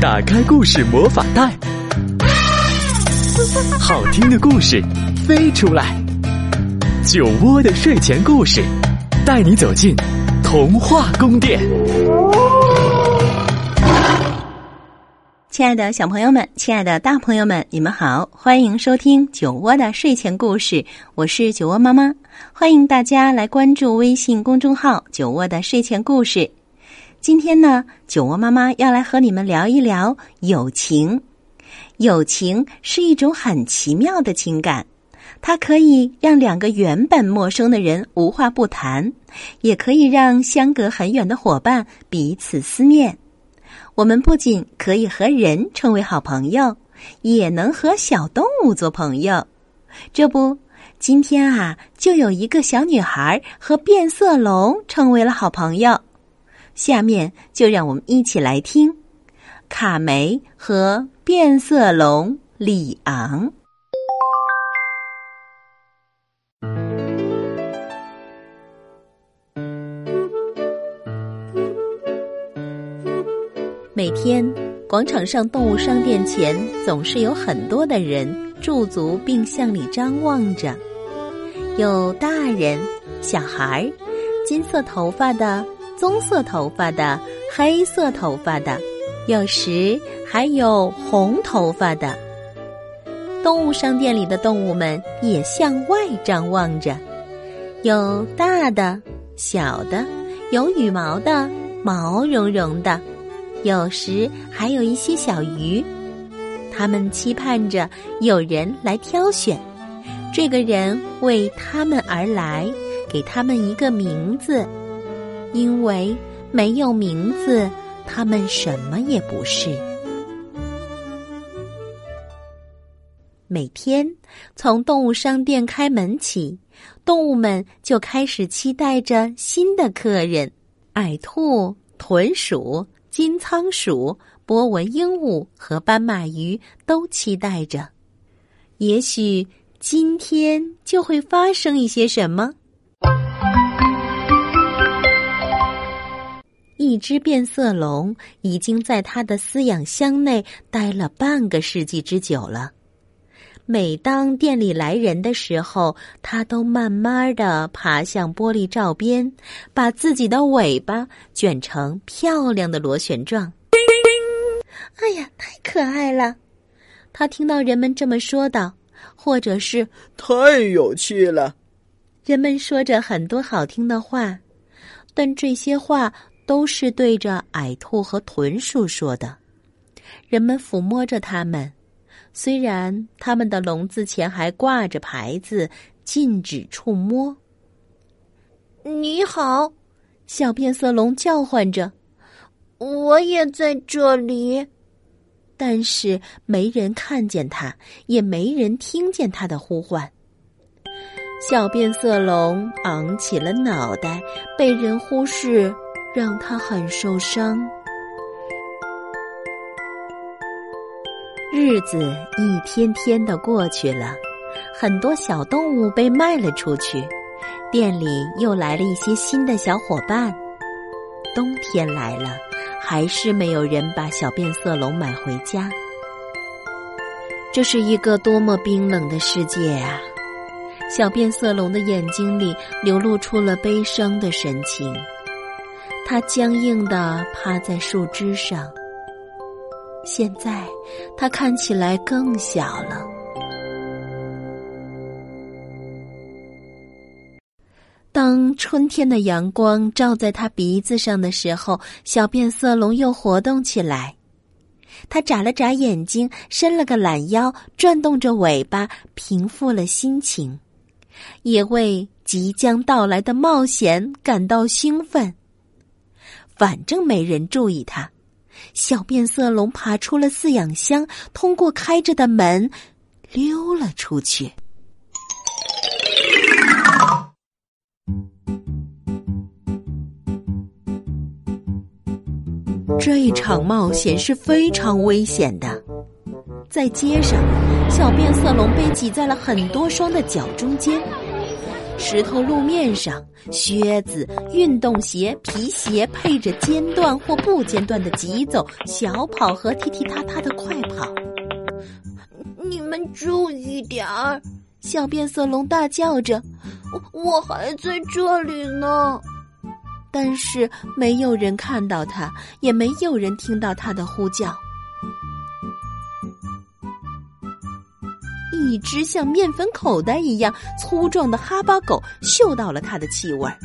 打开故事魔法袋，好听的故事飞出来。酒窝的睡前故事，带你走进童话宫殿。 亲爱的小朋友们，亲爱的大朋友们，你们好，欢迎收听酒窝的睡前故事，我是酒窝妈妈，欢迎大家来关注微信公众号酒窝的睡前故事。今天呢，酒窝妈妈要来和你们聊一聊友情。友情是一种很奇妙的情感，它可以让两个原本陌生的人无话不谈，也可以让相隔很远的伙伴彼此思念。我们不仅可以和人成为好朋友，也能和小动物做朋友。这不，今天就有一个小女孩和变色龙成为了好朋友。下面就让我们一起来听卡梅和变色龙里昂。每天广场上动物商店前总是有很多的人驻足并向里张望着，有大人、小孩，金色头发的，棕色头发的，黑色头发的，有时还有红头发的。动物商店里的动物们也向外张望着，有大的，小的，有羽毛的，毛茸茸的，有时还有一些小鱼。他们期盼着有人来挑选，这个人为他们而来，给他们一个名字，因为没有名字，他们什么也不是。每天从动物商店开门起，动物们就开始期待着新的客人。矮兔、豚鼠、金仓鼠、波纹鹦鹉和斑马鱼都期待着，也许今天就会发生一些什么。一只变色龙已经在它的饲养箱内待了半个世纪之久了。每当店里来人的时候，它都慢慢地爬向玻璃罩边，把自己的尾巴卷成漂亮的螺旋状。哎呀，太可爱了！他听到人们这么说道，或者是太有趣了。 人们说着很多好听的话，但这些话都是对着矮兔和豚鼠说的。人们抚摸着它们，虽然它们的笼子前还挂着牌子，禁止触摸。 你好， 小变色龙叫唤着， 我也在这里。 但是没人看见它，也没人听见它的呼唤。小变色龙昂起了脑袋，被人忽视，让他很受伤。日子一天天的过去了，很多小动物被卖了出去，店里又来了一些新的小伙伴。冬天来了，还是没有人把小变色龙买回家。这是一个多么冰冷的世界啊！小变色龙的眼睛里流露出了悲伤的神情，它僵硬地趴在树枝上。现在它看起来更小了。当春天的阳光照在它鼻子上的时候，小变色龙又活动起来。它眨了眨眼睛，伸了个懒腰，转动着尾巴，平复了心情，也为即将到来的冒险感到兴奋。反正没人注意它，小变色龙爬出了饲养箱，通过开着的门溜了出去。这一场冒险是非常危险的。在街上，小变色龙被挤在了很多双的脚中间。 石头路面上，靴子、运动鞋、皮鞋配着间断或不间断的急走、小跑和踢踢踏踏的快跑。 你们注意点儿！ 小变色龙大叫着， 我还在这里呢。 但是没有人看到他，也没有人听到他的呼叫。一只像面粉口袋一样粗壮的哈巴狗嗅到了它的气味。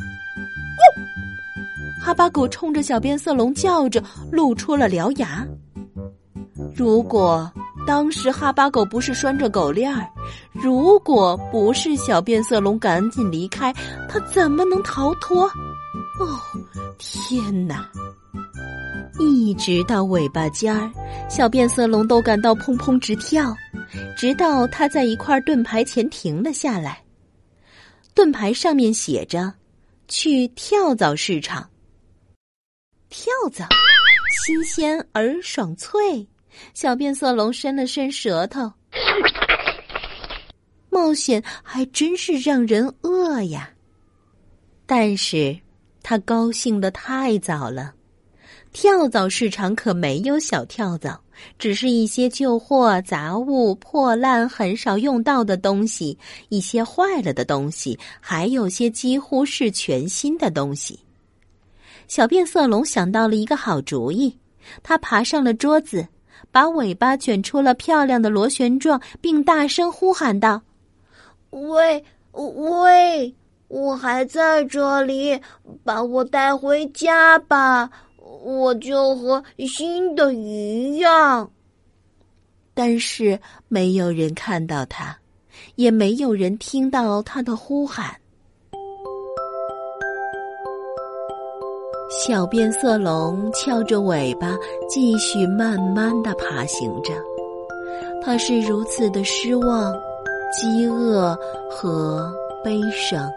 哈巴狗冲着小变色龙叫着，露出了獠牙。如果当时哈巴狗不是拴着狗链儿，如果不是小变色龙赶紧离开，它怎么能逃脱？哦，天哪！一直到尾巴尖儿，小变色龙都感到砰砰直跳，直到它在一块盾牌前停了下来。盾牌上面写着：去跳蚤市场。跳蚤，新鲜而爽脆。小变色龙伸了伸舌头，冒险还真是让人饿呀。但是他高兴得太早了。跳蚤市场可没有小跳蚤，只是一些旧货、杂物、破烂、很少用到的东西，一些坏了的东西，还有些几乎是全新的东西。小变色龙想到了一个好主意，他爬上了桌子，把尾巴卷出了漂亮的螺旋状，并大声呼喊道： 喂，我还在这里，把我带回家吧，我就和新的鱼一样。 但是没有人看到他，也没有人听到他的呼喊。小变色龙翘着尾巴，继续慢慢地爬行着。它是如此的失望、饥饿和悲伤。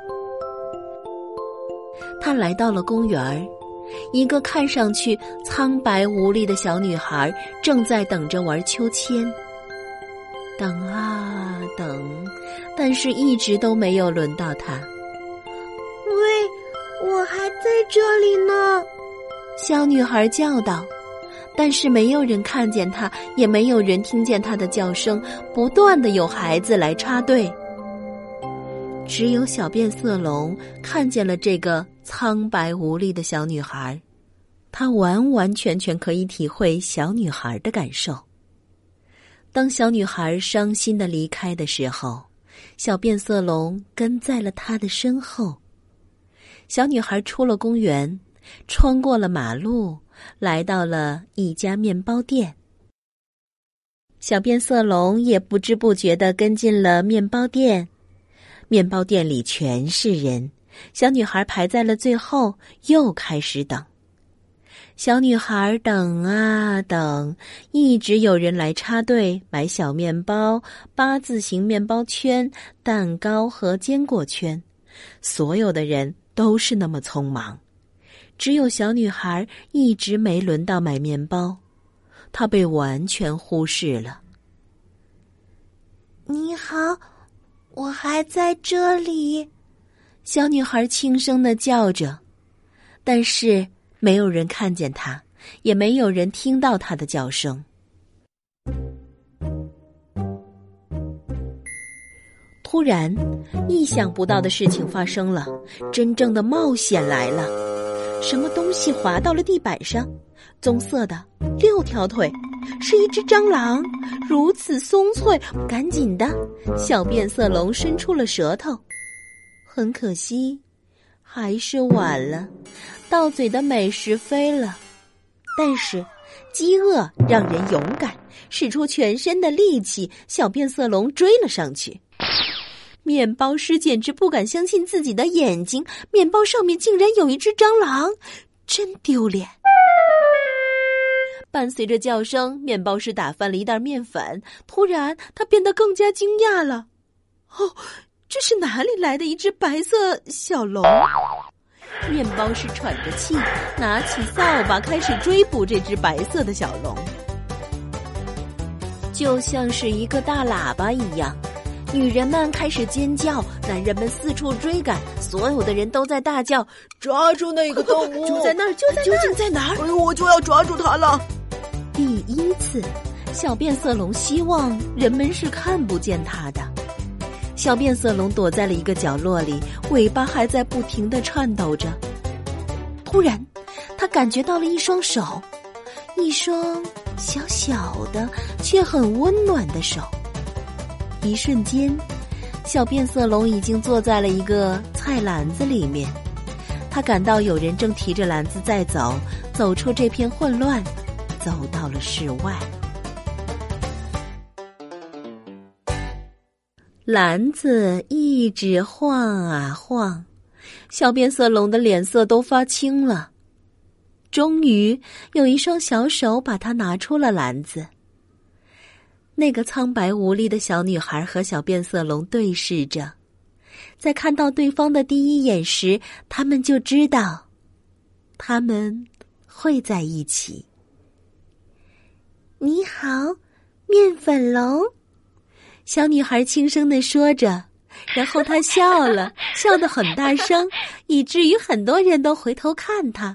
他来到了公园，一个看上去苍白无力的小女孩正在等着玩秋千。等啊等，但是一直都没有轮到她。 喂，我还在这里呢， 小女孩叫道。但是没有人看见她，也没有人听见她的叫声，不断的有孩子来插队。只有小变色龙看见了这个苍白无力的小女孩，她完完全全可以体会小女孩的感受。当小女孩伤心地离开的时候，小变色龙跟在了她的身后。小女孩出了公园，穿过了马路，来到了一家面包店。小变色龙也不知不觉地跟进了面包店。面包店里全是人，小女孩排在了最后，又开始等。小女孩等啊等，一直有人来插队买小面包、八字形面包圈、蛋糕和坚果圈。所有的人都是那么匆忙，只有小女孩一直没轮到买面包，她被完全忽视了。 你好，我还在这里， 小女孩轻声地叫着，但是没有人看见她，也没有人听到她的叫声。突然，意想不到的事情发生了，真正的冒险来了。什么东西滑到了地板上？棕色的，6条腿，是一只蟑螂，如此松脆。赶紧的，小变色龙伸出了舌头。很可惜，还是晚了，到嘴的美食飞了。但是饥饿让人勇敢，使出全身的力气，小变色龙追了上去。面包师简直不敢相信自己的眼睛，面包上面竟然有一只蟑螂，真丢脸。伴随着叫声，面包师打翻了一袋面粉。突然他变得更加惊讶了。哦，这是哪里来的一只白色小龙？面包师喘着气，拿起扫把开始追捕这只白色的小龙。就像是一个大喇叭一样， 女人们开始尖叫，男人们四处追赶，所有的人都在大叫： 抓住那个动物！ 就在那儿，就在那儿！究竟在哪儿？ 哎呦，我就要抓住它了！ 第一次，小变色龙希望人们是看不见它的。小变色龙躲在了一个角落里，尾巴还在不停地颤抖着。突然，他感觉到了一双手，一双小小的却很温暖的手。一瞬间，小变色龙已经坐在了一个菜篮子里面。他感到有人正提着篮子在走，走出这片混乱，走到了室外。篮子一直晃啊晃，小变色龙的脸色都发青了。终于有一双小手把它拿出了篮子。那个苍白无力的小女孩和小变色龙对视着，在看到对方的第一眼时，他们就知道他们会在一起。你好，面粉龙，小女孩轻声地说着，然后她笑了，笑得很大声，以至于很多人都回头看她。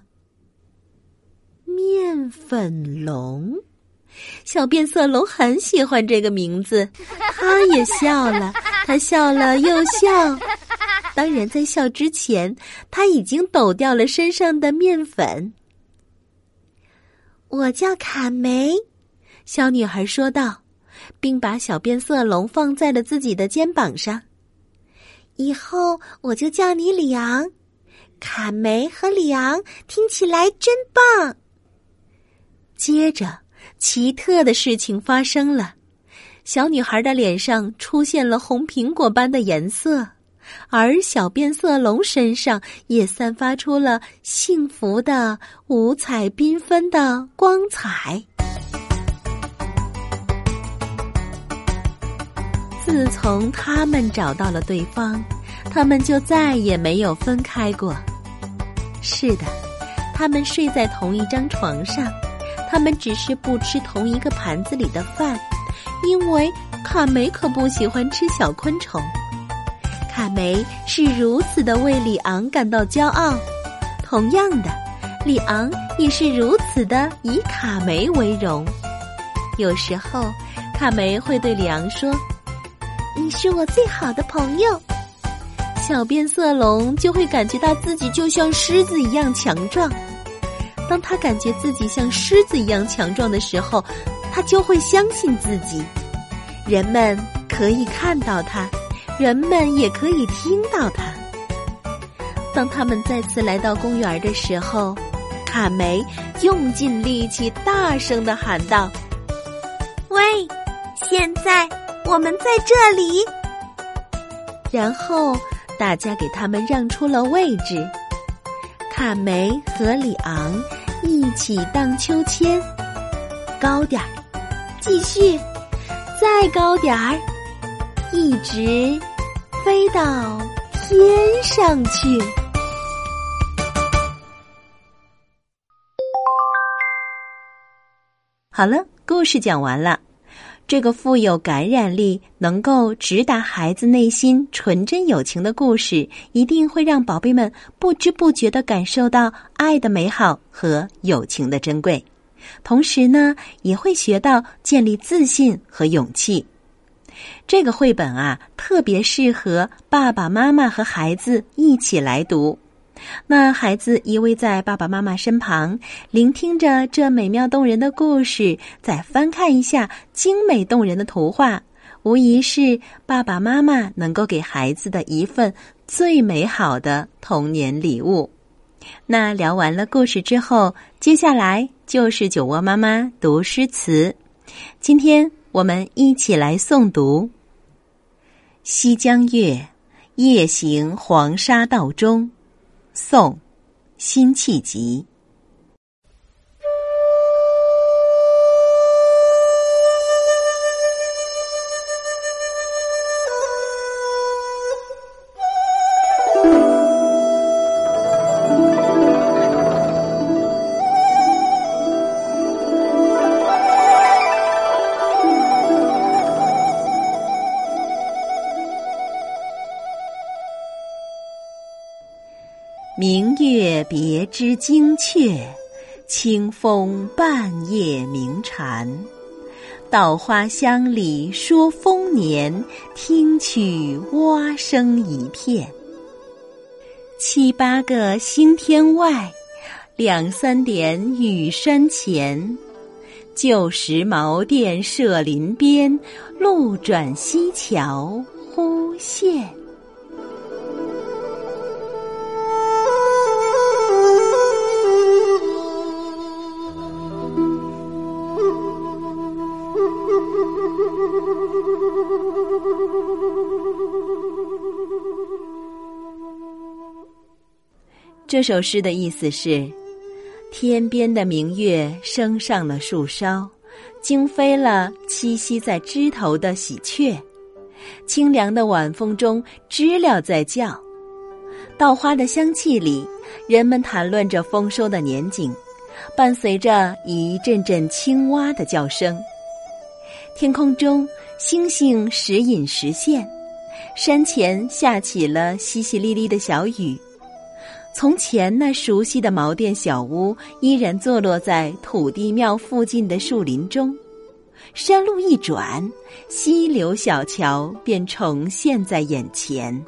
面粉龙，小变色龙很喜欢这个名字，他也笑了，他笑了又笑。当然在笑之前，他已经抖掉了身上的面粉。我叫卡梅，小女孩说道，并把小变色龙放在了自己的肩膀上。以后我就叫你里昂，卡梅和里昂听起来真棒。接着，奇特的事情发生了，小女孩的脸上出现了红苹果般的颜色，而小变色龙身上也散发出了幸福的、五彩缤纷的光彩。自从他们找到了对方，他们就再也没有分开过。是的，他们睡在同一张床上，他们只是不吃同一个盘子里的饭，因为卡梅可不喜欢吃小昆虫。卡梅是如此的为里昂感到骄傲，同样的，里昂也是如此的以卡梅为荣。有时候，卡梅会对里昂说：“你是我最好的朋友。”小变色龙就会感觉到自己就像狮子一样强壮。当他感觉自己像狮子一样强壮的时候，他就会相信自己。人们可以看到他，人们也可以听到他。当他们再次来到公园的时候，卡梅用尽力气大声地喊道：“ 喂，现在我们在这里。” 然后大家给他们让出了位置。卡梅和里昂一起荡秋千，高点儿，继续，再高点儿，一直飞到天上去。好了，故事讲完了。这个富有感染力、能够直达孩子内心纯真友情的故事，一定会让宝贝们不知不觉地感受到爱的美好和友情的珍贵。同时呢，也会学到建立自信和勇气。这个绘本啊，特别适合爸爸妈妈和孩子一起来读。那孩子依偎在爸爸妈妈身旁，聆听着这美妙动人的故事，再翻看一下精美动人的图画，无疑是爸爸妈妈能够给孩子的一份最美好的童年礼物。那聊完了故事之后，接下来就是酒窝妈妈读诗词。今天我们一起来诵读《西江月·夜行黄沙道中》，宋·辛弃疾。 别枝惊鹊，清风半夜鸣蝉。稻花香里说丰年，听取蛙声一片。7、8个星天外，2、3点雨山前。旧时茅店社林边，路转溪桥忽见。这首诗的意思是，天边的明月升上了树梢，惊飞了栖息在枝头的喜鹊。清凉的晚风中，知了在叫。稻花的香气里，人们谈论着丰收的年景，伴随着一阵阵青蛙的叫声。天空中，星星时隐时现，山前下起了淅淅沥沥的小雨。从前那熟悉的茅店小屋依然坐落在土地庙附近的树林中，山路一转，溪流小桥便重现在眼前。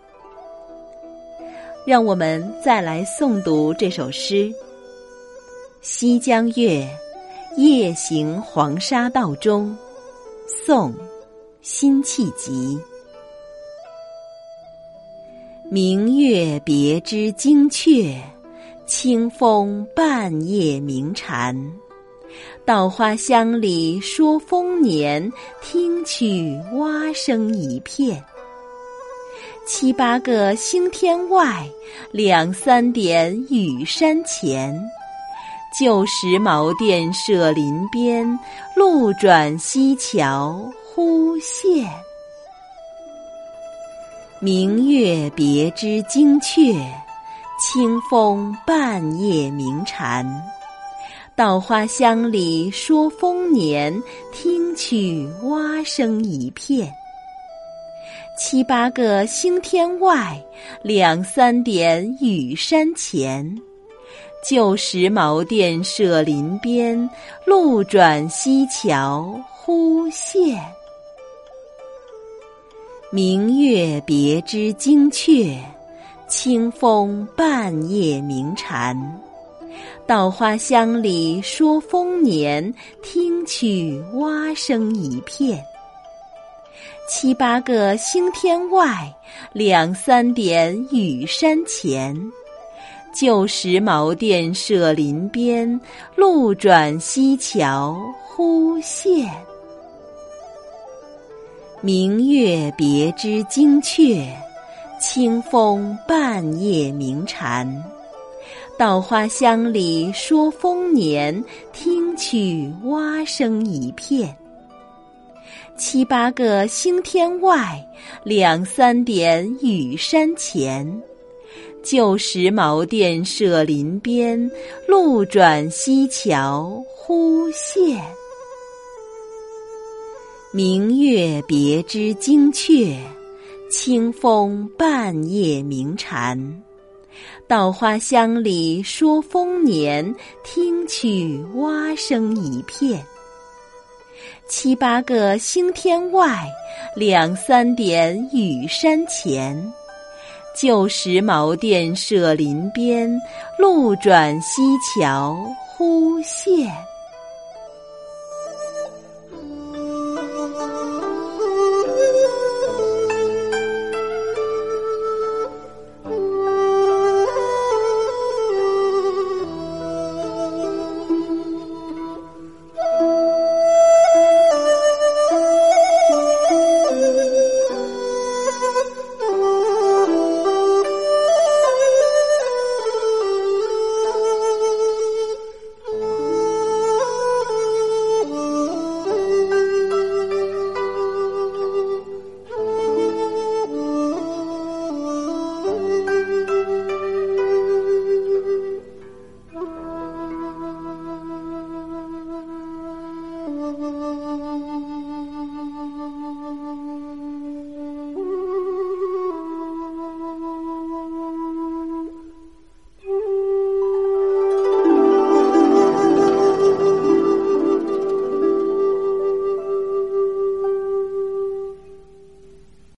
让我们再来诵读这首诗：西江月，夜行黄沙道中。宋·辛弃疾。明月别枝惊鹊，清风半夜鸣蝉。稻花香里说丰年，听取蛙声一片。7、8个星天外，2、3点雨山前。旧时茅店社林边，路转溪桥忽见。明月别枝惊鹊，清风半夜鸣蝉。稻花香里说丰年，听取蛙声一片。7、8个星天外，2、3点雨山前。旧时茅店社林边，路转溪桥忽见。明月别枝惊鹊，清风半夜鸣蝉。稻花香里说丰年，听取蛙声一片。7、8个星天外，2、3点雨山前。旧时茅店社林边，路转溪桥忽见。明月别枝惊鹊，清风半夜鸣蝉。稻花香里说丰年，听取蛙声一片。7、8个星天外，2、3点雨山前。旧时茅店社林边，路转溪桥忽见。明月别枝惊鹊，清风半夜鸣蝉。稻花香里说丰年，听取蛙声一片。7、8个星天外，2、3点雨山前。旧时茅店社林边，路转溪桥忽见。